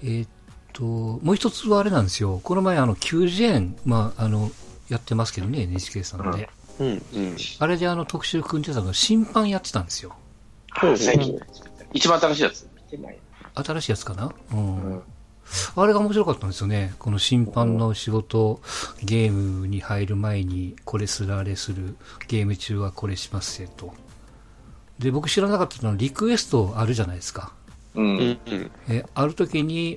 もう一つはあれなんですよ。この前90円、やってますけどね、NHK さんで。あれで特集組んでたの審判やってたんですよ。 最近。一番新しいやつ見てない。 新しいやつかな、あれが面白かったんですよね。この審判の仕事、ゲームに入る前にこれするあれする、ゲーム中はこれしますよと。で、僕知らなかったのはリクエストあるじゃないですか。ある時に、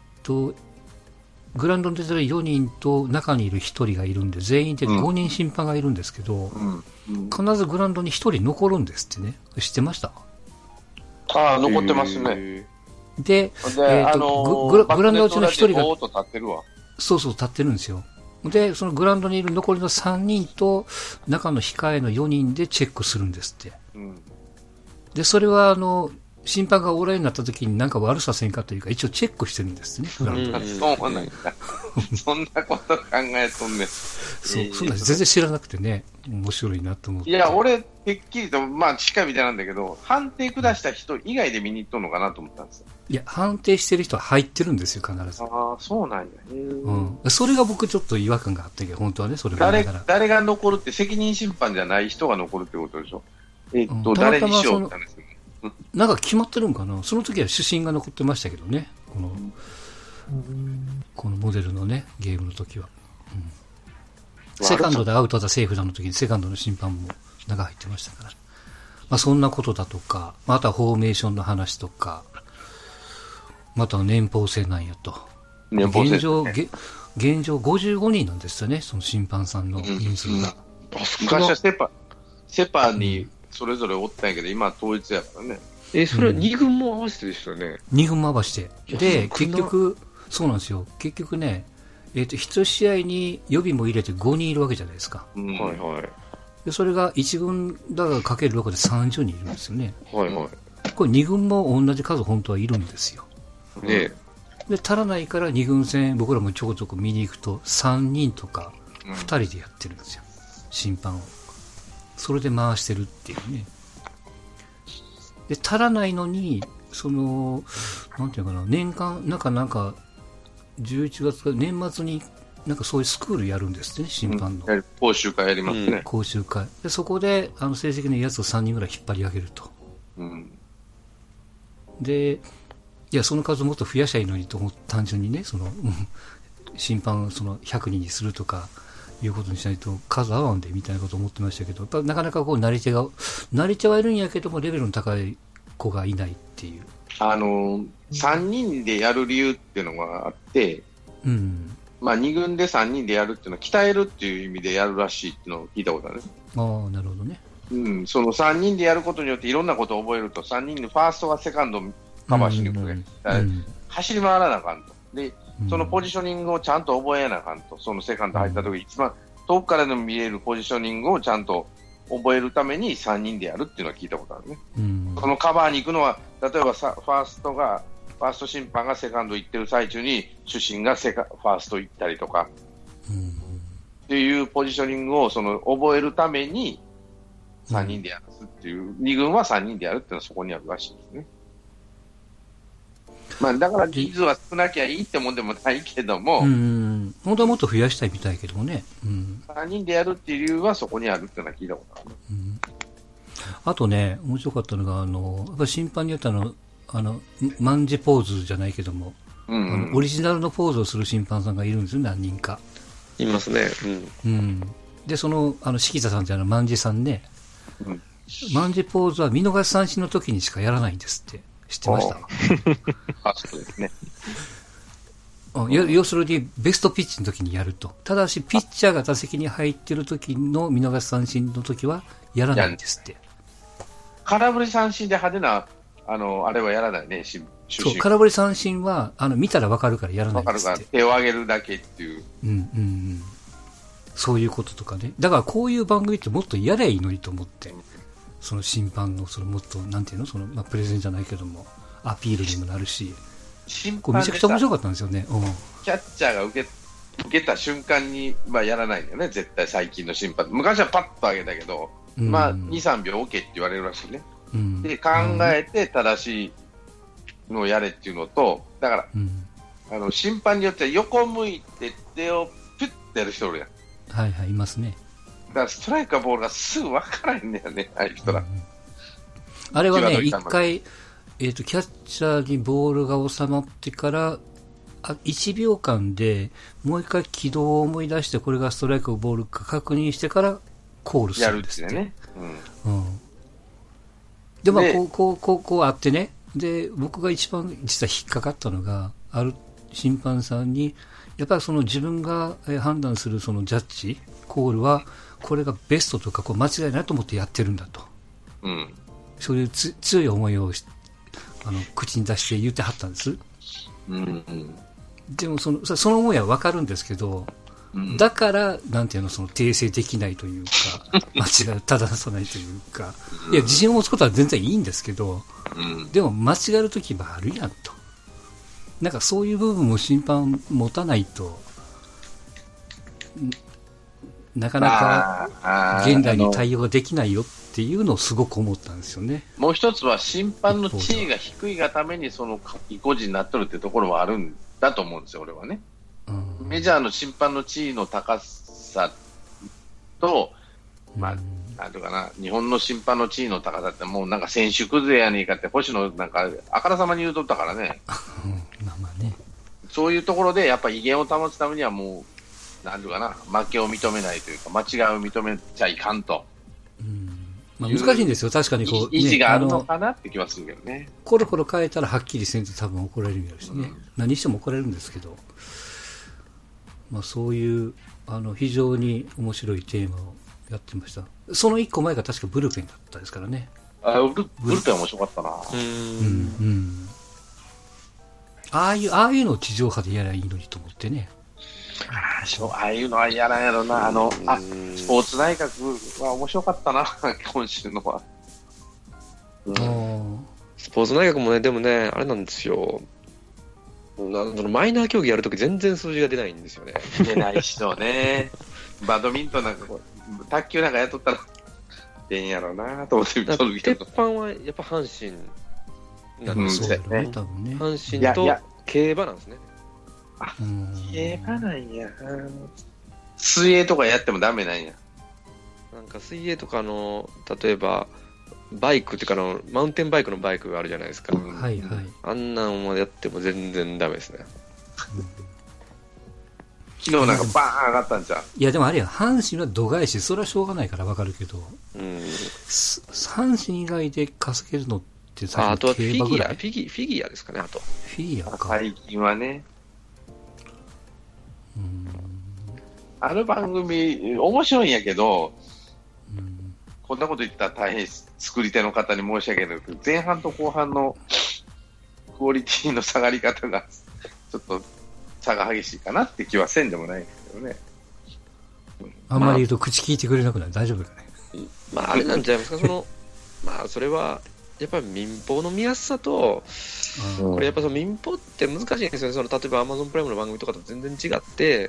グラウンドに出てる4人と中にいる1人がいるんで、全員で5人審判がいるんですけど、必ずグラウンドに1人残るんですってね。知ってました？ ああ、残ってますね。 で、グラウンド内の1人が、そうそう、立ってるんですよ。で、そのグラウンドにいる残りの3人と中の控えの4人でチェックするんですって。で、それは審判がオーライになった時に何か悪させんかというか、一応チェックしてるんですね。そうなんだ。 そんなこと考えとんねん。 そうなんです。全然知らなくてね、面白いなと思って。 いや、俺、てっきりと、しっかり見てなんだけど、判定下した人以外で見に行っとんのかなと思ったんですよ。 いや、判定してる人は入ってるんですよ、必ず。 ああ、そうなんや。それが僕ちょっと違和感があったけど、本当はね、それが誰が残るって、責任審判じゃない人が残るってことでしょ。誰にしようって話ですね。 なんか決まってるんかな。その時は主審が残ってましたけどね。このモデルのね、ゲームの時は。セカンドでアウトだセーフだの時にセカンドの審判も中入ってましたから。そんなことだとか、あとはフォーメーションの話とか、または年俸制なんやと。現状55人なんですよね、その審判さんの人数が。 昔はセパにそれぞれおったんやけど、今は統一やからね。 それは2軍も合わせてですよね。 2軍も合わせて。で、結局、そうなんですよ。結局ね、1試合に予備も入れて5人いるわけじゃないですか。で、それが1軍だからかける6で30人いるんですよね。これ2軍も同じ数本当はいるんですよ。で、足らないから2軍戦、僕らもちょこちょこ見に行くと3人とか2人でやってるんですよ。審判を。それで回してるっていうね。で、足らないのに、なんていうかな、年間、なんか、11月か、年末に、なんかそういうスクールやるんですね、審判の。 講習会やりますね。 講習会。で、そこで、成績のいいやつを3人ぐらい引っ張り上げると。で、いや、その数もっと増やしゃいいのにと思って、単純にね、審判を100人にするとか、いうことにしないと数合わんでみたいなことを思ってましたけど、なかなかなり手はいるんやけどもレベルの高い子がいないっていう。 3人でやる理由っていうのがあって、2軍で3人でやるっていうのは鍛えるっていう意味でやるらしいっていうのを聞いたことあるね。 ああ、なるほどね。 その3人でやることによっていろんなことを覚えると、3人でファーストがセカンドをカバーしに行くわけ、走り回らなあかんと。でそのポジショニングをちゃんと覚えなあかんと。そのセカンド入った時、一番遠くからでも見えるポジショニングをちゃんと覚えるために3人でやるっていうのは聞いたことあるね。このカバーに行くのは、例えばファースト審判がセカンド行ってる最中に主審がファースト行ったりとか、っていうポジショニングを覚えるために3人でやるっていう、2軍は3人でやるっていうのはそこにあるらしいですね。だから人数は少なきゃいいってもんでもないけども、 本当はもっと増やしたいみたいけどもね。 3人でやるっていう理由はそこにあるっていうのは聞いたことある。 あとね、面白かったのが、やっぱ審判によって万字ポーズじゃないけども、オリジナルのポーズをする審判さんがいるんですよ、何人か。 いますね。 で、敷田さんって万字さんね、万字ポーズは見逃し三振の時にしかやらないんですって。知ってました？ そうですね。 要するにベストピッチの時にやると。ただしピッチャーが打席に入ってる時の見逃し三振の時はやらないんですって。 空振り三振で派手なあれはやらないね。 そう、空振り三振は見たら分かるからやらないんですって。分かるから手を上げるだけっていう。 そういうこととかね。だからこういう番組ってもっとやればいいのにと思って。その審判のもっとなんていうのプレゼンじゃないけどもアピールにもなるし、めちゃくちゃ面白かったんですよね。 キャッチャーが受けた瞬間にやらないんだよね、絶対最近の審判。昔はパッと上げたけど、2、3秒 OK って言われるらしいね。で考えて正しいのをやれっていうのと、だから、 審判によっては横向いて手をピュッてやる人おるやん。 はいはい、いますね。 だからストライクかボールがすぐ分からへんねやね、ああいう人ら。 あれはね、一回、キャッチャーにボールが収まってから、1秒間でもう一回軌道を思い出して、これがストライクかボールか確認してからコールするんですって。やるってね。で、まあ、こうあってね。で、僕が一番実は引っかかったのが、ある審判さんに、やっぱりその自分が判断するそのジャッジ、コールは、これがベストとか、間違いないと思ってやってるんだと。そういう強い思いを口に出して言ってはったんです。でもその思いは分かるんですけど、だから、なんていうの、訂正できないというか、間違いを正さないというか、いや、自信を持つことは全然いいんですけど、でも間違えるときもあるやんと。なんかそういう部分も審判持たないと、なかなか現代に対応ができないよっていうのをすごく思ったんですよね。 もう一つは審判の地位が低いがために意固地になっとるってところもあるんだと思うんですよ、俺はね。メジャーの審判の地位の高さと、まあ、なんていうかな、日本の審判の地位の高さってもうなんか選手崩れやねえかって星野なんかあからさまに言うとったからね。 まあね。 そういうところでやっぱ威厳を保つためにはもう、なんていうかな、負けを認めないというか、間違いを認めちゃいかんと。 まあ、難しいんですよ、確かにこう、 意地があるのかなって気はするけどね。 コロコロ変えたらはっきりせんと多分怒られるやろしね。何しても怒られるんですけど、まあそういう非常に面白いテーマをやってました。その一個前が確かブルペンだったですからね。 ブルペン面白かったな。 ああいうのを地上波でやればいいのにと思ってね。 ああいうのはやらんやろな。スポーツ内閣は面白かったな、今週のは。 スポーツ内閣もね、でもね、あれなんですよ。マイナー競技やるとき全然数字が出ないんですよね。 出ない人ね。バドミントンなんか卓球なんかやっとったら出んやろうなと思って見とるけど。 鉄板はやっぱ阪神なんですよね。 多分ね。 阪神と競馬なんですね。 競馬なんや。水泳とかやってもダメなんや。 なんか水泳とか例えばバイクっていうかマウンテンバイクのバイクがあるじゃないですか。 はいはい。 あんなんをやっても全然ダメですね。 昨日なんかバーン上がったんじゃん。 いやでもあれや、阪神は度外視、それはしょうがないからわかるけど、阪神以外で稼げるのってあとはフィギュアですかね、あと。 フィギュアか。 最近はね。あの番組、面白いんやけど、こんなこと言ったら大変作り手の方に申し訳ないけど、前半と後半のクオリティの下がり方が、ちょっと差が激しいかなって気はせんでもないんですけどね。 あんまり言うと口聞いてくれなくなる。大丈夫かね。 まあ、あれなんじゃないですか、まあ、それは、やっぱり民放の見やすさと、これやっぱ民放って難しいんですよね。例えば Amazon プライムの番組とかと全然違って、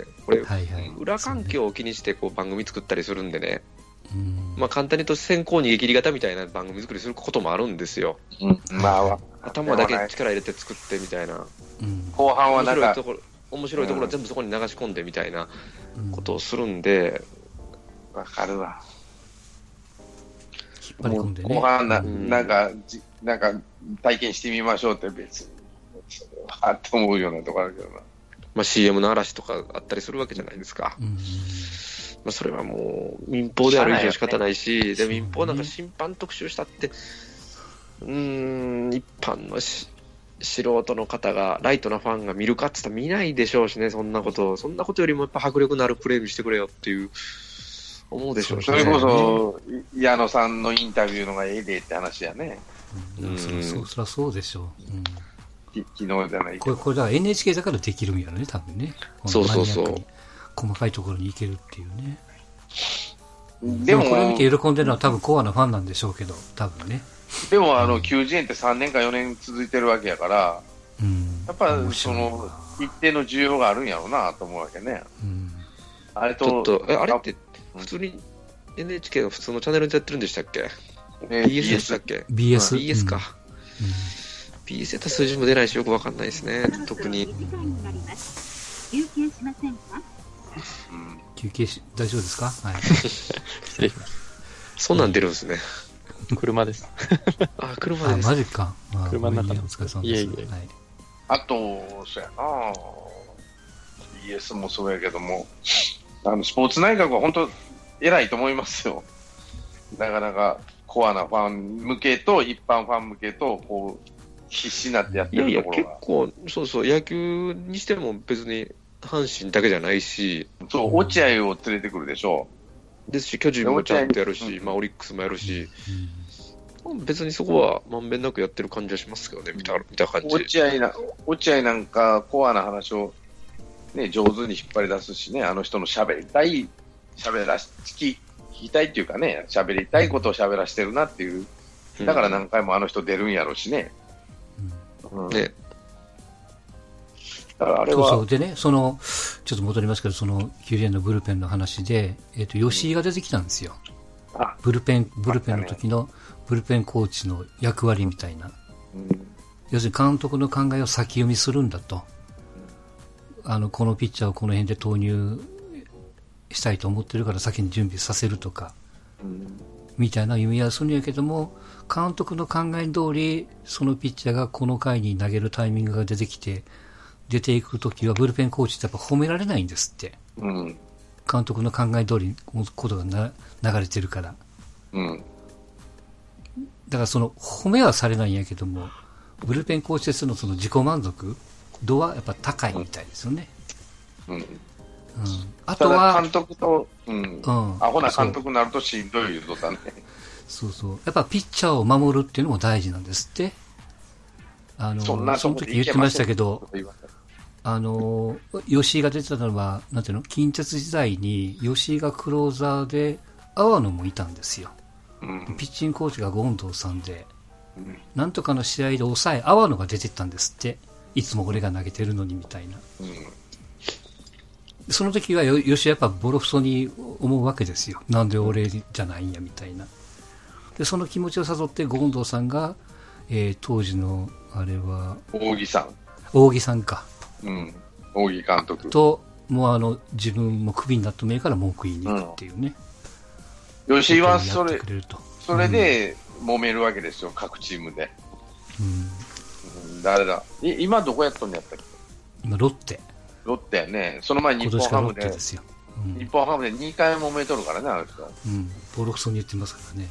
これ、裏環境を気にして番組作ったりするんでね、まあ簡単に言うと先行逃げ切り型みたいな番組作りすることもあるんですよ。 まあ、 頭だけ力入れて作ってみたいな。 後半はなんか面白いところは全部そこに流し込んでみたいなことをするんで、 わかるわ。 引っ張り込んでね。 後半なんか体験してみましょうって別にはって思うようなところあるけどな。 まあ CM の嵐とかあったりするわけじゃないですか。まあそれはもう民放である以上仕方ないし、で民放なんか審判特集したって、一般の素人の方がライトなファンが見るかって言ったら見ないでしょうしね。そんなことよりもやっぱ迫力のあるプレーにしてくれよっていう思うでしょうしね。 それこそ矢野さんのインタビューのがええでって話やね。 そりゃそうでしょう。昨日じゃないこれだから NHK だからできるんやろね、多分ね。 そう細かいところに行けるっていうね。 でもこれを見て喜んでるのは多分コアなファンなんでしょうけど、多分ね。 でも90円って3年か4年続いてるわけやから、やっぱ一定の需要があるんやろうなと思うわけね。あれあれって普通に NHK の普通のチャンネルでやってるんでしたっけ？ BS でしたっけ？ BS か。 ピースやったら数字も出ないし、よくわかんないですね、特に。 休憩しませんか？ 休憩大丈夫ですか？はい。 失礼します。 そんなん出るんですね。 車です。 あ、車です。 マジか。 車の中お疲れ様です。 いえいえ。 はい、 あと、そうやな、BS もそうやけども、スポーツ内閣は本当、偉いと思いますよ。なかなかコアなファン向けと、一般ファン向けと、こう、必死になってやってるところが。 いやいや、結構、そうそう、野球にしても別に阪神だけじゃないし、 そう、落合を連れてくるでしょう。ですし、巨人もちゃんとやるし、まあ、オリックスもやるし、別にそこはまんべんなくやってる感じはしますけどね、見た感じ。 落合なんかコアな話を、ね、上手に引っ張り出すしね、あの人の喋りたい、聞きたいっていうかね、喋りたいことを喋らせてるなっていう、だから何回もあの人出るんやろうしね。 ね。 だからあれはそうでね、ちょっと戻りますけど、キュリアンのブルペンの話で、吉井が出てきたんですよ。ブルペンの時のブルペンコーチの役割みたいな。要するに監督の考えを先読みするんだと。このピッチャーをこの辺で投入したいと思ってるから先に準備させるとか、みたいな意味はするんやけども、監督の考え通り、そのピッチャーがこの回に投げるタイミングが出てきて、出ていくときはブルペンコーチってやっぱ褒められないんですって。監督の考え通りのことが流れてるから。だから褒めはされないんやけども、ブルペンコーチとしてのその自己満足度はやっぱ高いみたいですよね。あとは監督と、アホな監督になるとしんどいことだね。 そうそう。やっぱピッチャーを守るっていうのも大事なんですって。その時言ってましたけど、吉井が出てたのは、なんていうの、近鉄時代に吉井がクローザーで、阿波野もいたんですよ。ピッチングコーチが権藤さんで、なんとかの試合で抑え、阿波野が出てったんですって。いつも俺が投げてるのにみたいな。その時は吉井やっぱボロクソに思うわけですよ。なんで俺じゃないんやみたいな。で、その気持ちを誘って権藤さんが、当時の、あれは、 扇さんか。 扇監督。 と、もう自分もクビになったメーから文句言いに行くっていうね。 吉井はそれで揉めるわけですよ、各チームで。誰だ今どこやっとんやったっけ？ 今、ロッテやね。その前に日本ハムで、日本ハムで2回揉めとるからね、あの人。 ボロクソに言ってますからね。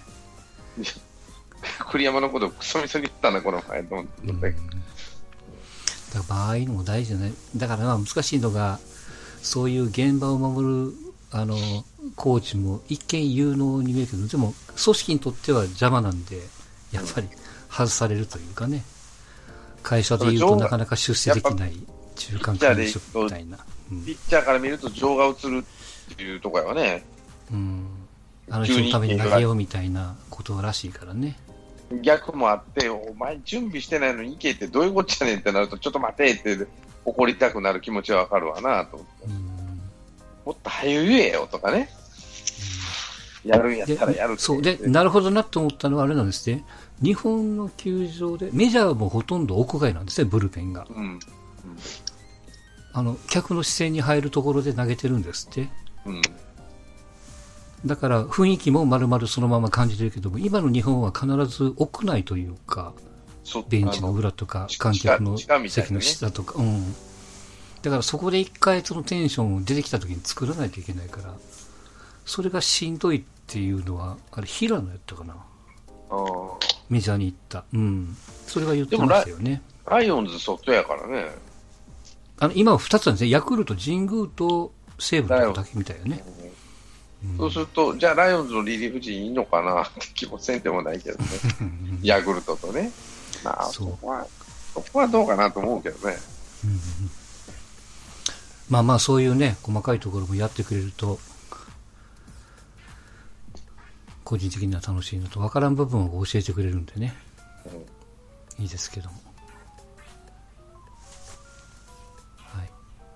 栗山のことクソみそに言ったんだ、この前と思って。だからああいうのも大事じゃない。だから難しいのが、そういう現場を守る、コーチも一見有能に見えるけど、でも組織にとっては邪魔なんで、やっぱり外されるというかね。会社でいうとなかなか出世できない中間管理職みたいな。 ピッチャーから見ると情が映るっていうところやわね。 あの人のために投げようみたいなことらしいからね。 逆もあって、お前準備してないのに行けってどういうこっちゃねんってなると、ちょっと待てって怒りたくなる気持ちはわかるわなと思って。もっと早言えよとかね。やるんやったらやるって。 そうで、なるほどなと思ったのはあれなんですね。日本の球場で、メジャーもほとんど屋外なんですね、ブルペンが。客の視線に入るところで投げてるんですって。だから雰囲気も丸々そのまま感じてるけども、今の日本は必ず屋内というか、ベンチの裏とか、観客の席の下とか、だからそこで一回そのテンションを出てきた時に作らないといけないから、それがしんどいっていうのは、あれ平野やったかな。メジャーに行った。それが言ってましたよね。 ライオンズ外やからね。 今は2つなんですね。ヤクルト、神宮と西武のだけみたいよね。 そうすると、じゃあライオンズのリリーフ陣いいのかなって気もせんでもないけどね。ヤクルトとね。そこはどうかなと思うけどね。 まあまあそういうね、細かいところもやってくれると、個人的には楽しいのと、分からん部分を教えてくれるんでね。いいですけども。はい。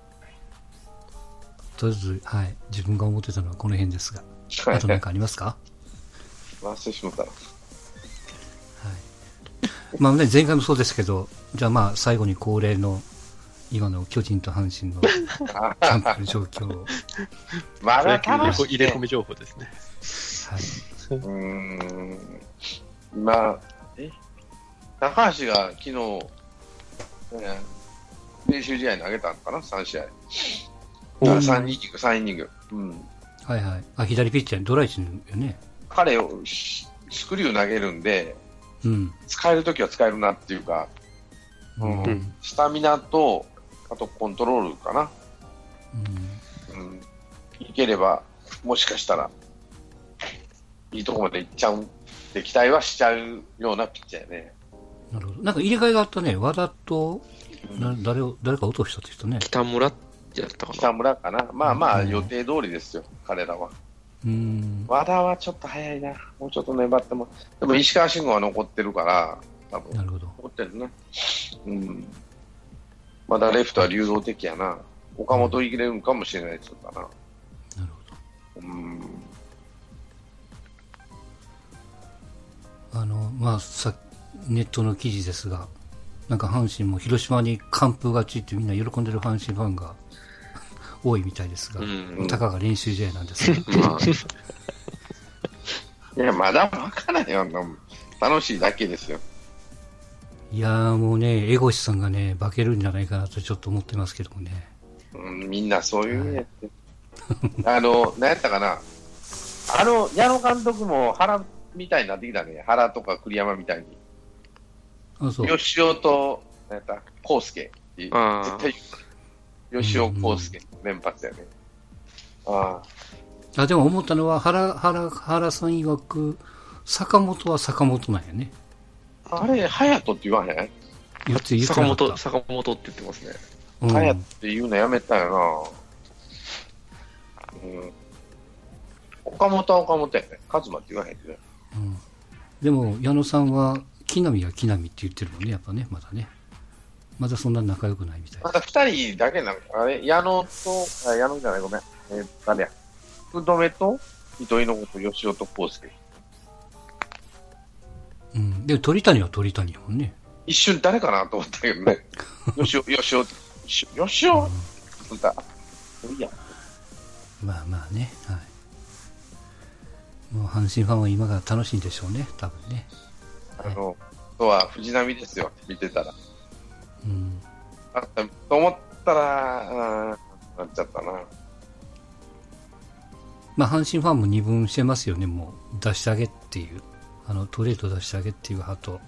とりあえず、はい。自分が思ってたのはこの辺ですが。あと何かありますか？ 忘れしまった。はまあね、前回もそうですけど、じゃあまあ最後に恒例の今の巨人と阪神のキャンプの状況を。 まだ楽しい、ね、 入れ込み情報ですね。 はい。 まあ、高橋が昨日、練習試合投げたのかな、3試合。3イニング。うん。 はいはい。あ、左ピッチャーにドライチよね。 彼をスクリュー投げるんで、 うん、 使えるときは使えるなっていうか、うんうん、スタミナと、あとコントロールかな。うん。いければ、もしかしたら、いいとこまで行っちゃうって期待はしちゃうようなピッチャーやね。 なるほど。なんか入れ替えがあったね。和田と、誰か落としたって人ね。 北村ってやったかな。 北村かな。まあまあ、予定通りですよ、彼らは。和田はちょっと早いな。もうちょっと粘っても。でも石川慎吾は残ってるから、多分。 なるほど。 残ってるね。うん。まだレフトは流動的やな。岡本入れるんかもしれないですかな。なるほど。 まあ、ネットの記事ですが、なんか阪神も広島に完封勝ちってみんな喜んでる阪神ファンが多いみたいですが、たかが練習試合なんですが。まあ、いや、まだわからないよ。楽しいだけですよ。 いやーもうね、エゴシさんがね、化けるんじゃないかなとちょっと思ってますけどもね。 みんなそういうやつ。何やったかな。矢野監督も原みたいになってきたね。原とか栗山みたいに。 あ、そう。 吉尾と、何やった康介っていう。絶対、吉尾康介連発やね。 でも思ったのは、原さん曰く、坂本は坂本なんやね。 あれ、隼人って言わへん？ 坂本って言ってますね。 隼人って言うのやめたよな。岡本は岡本やね。勝間って言わへんけど。 でも、矢野さんは、木浪は木浪って言ってるもんね、やっぱね、まだね。まだそんな仲良くないみたいな。 まだ2人だけなの。あれ、矢野じゃない、ごめん。誰や。福留と、糸井のこと、吉尾と康介。 でも鳥谷は鳥谷やもんね。 一瞬誰かなと思ったけどね。吉尾だ。いや。 まあまあね、はい。もう阪神ファンは今が楽しいんでしょうね、多分ね。 あとは藤浪ですよ、見てたら。あったと思ったら、なっちゃったな。 まあ阪神ファンも二分してますよね、もう出してあげっていう。トレード出してあげっていう派と、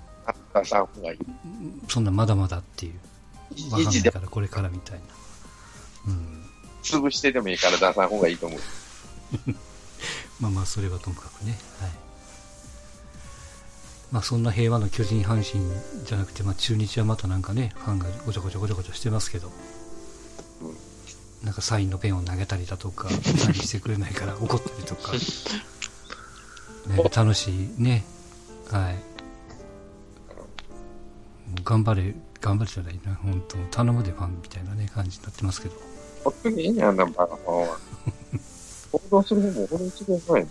そんなまだまだっていう、わかんないからこれからみたいな。 潰してでもいいから出さん方がいいと思う。 まあまあ、それはともかくね。はい。まあそんな平和の巨人阪神じゃなくて、まあ中日はまたなんかね、ファンがごちゃごちゃしてますけど、なんかサインのペンを投げたりだとか、サインしてくれないから怒ったりとか。楽しいね。はい。頑張れじゃないな。本当頼むでファンみたいなね、感じになってますけど。 ほっときいいね、あんなバカファンは。行動する方も俺一番ない。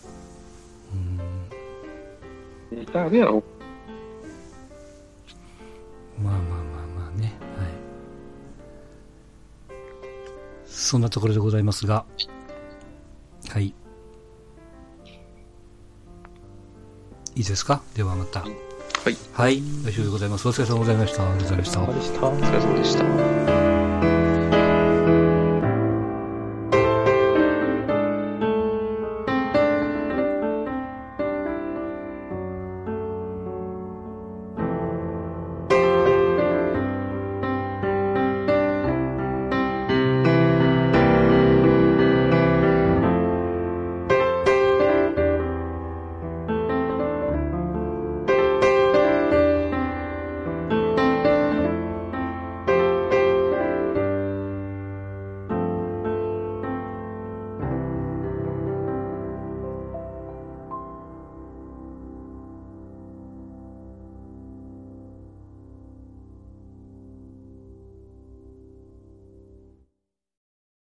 いたねやろ。 まあね。はい。そんなところでございますが。はい。いいですか？ではまた。はい。はい。来週でございます。お疲れ様でございました。 お疲れ様でした。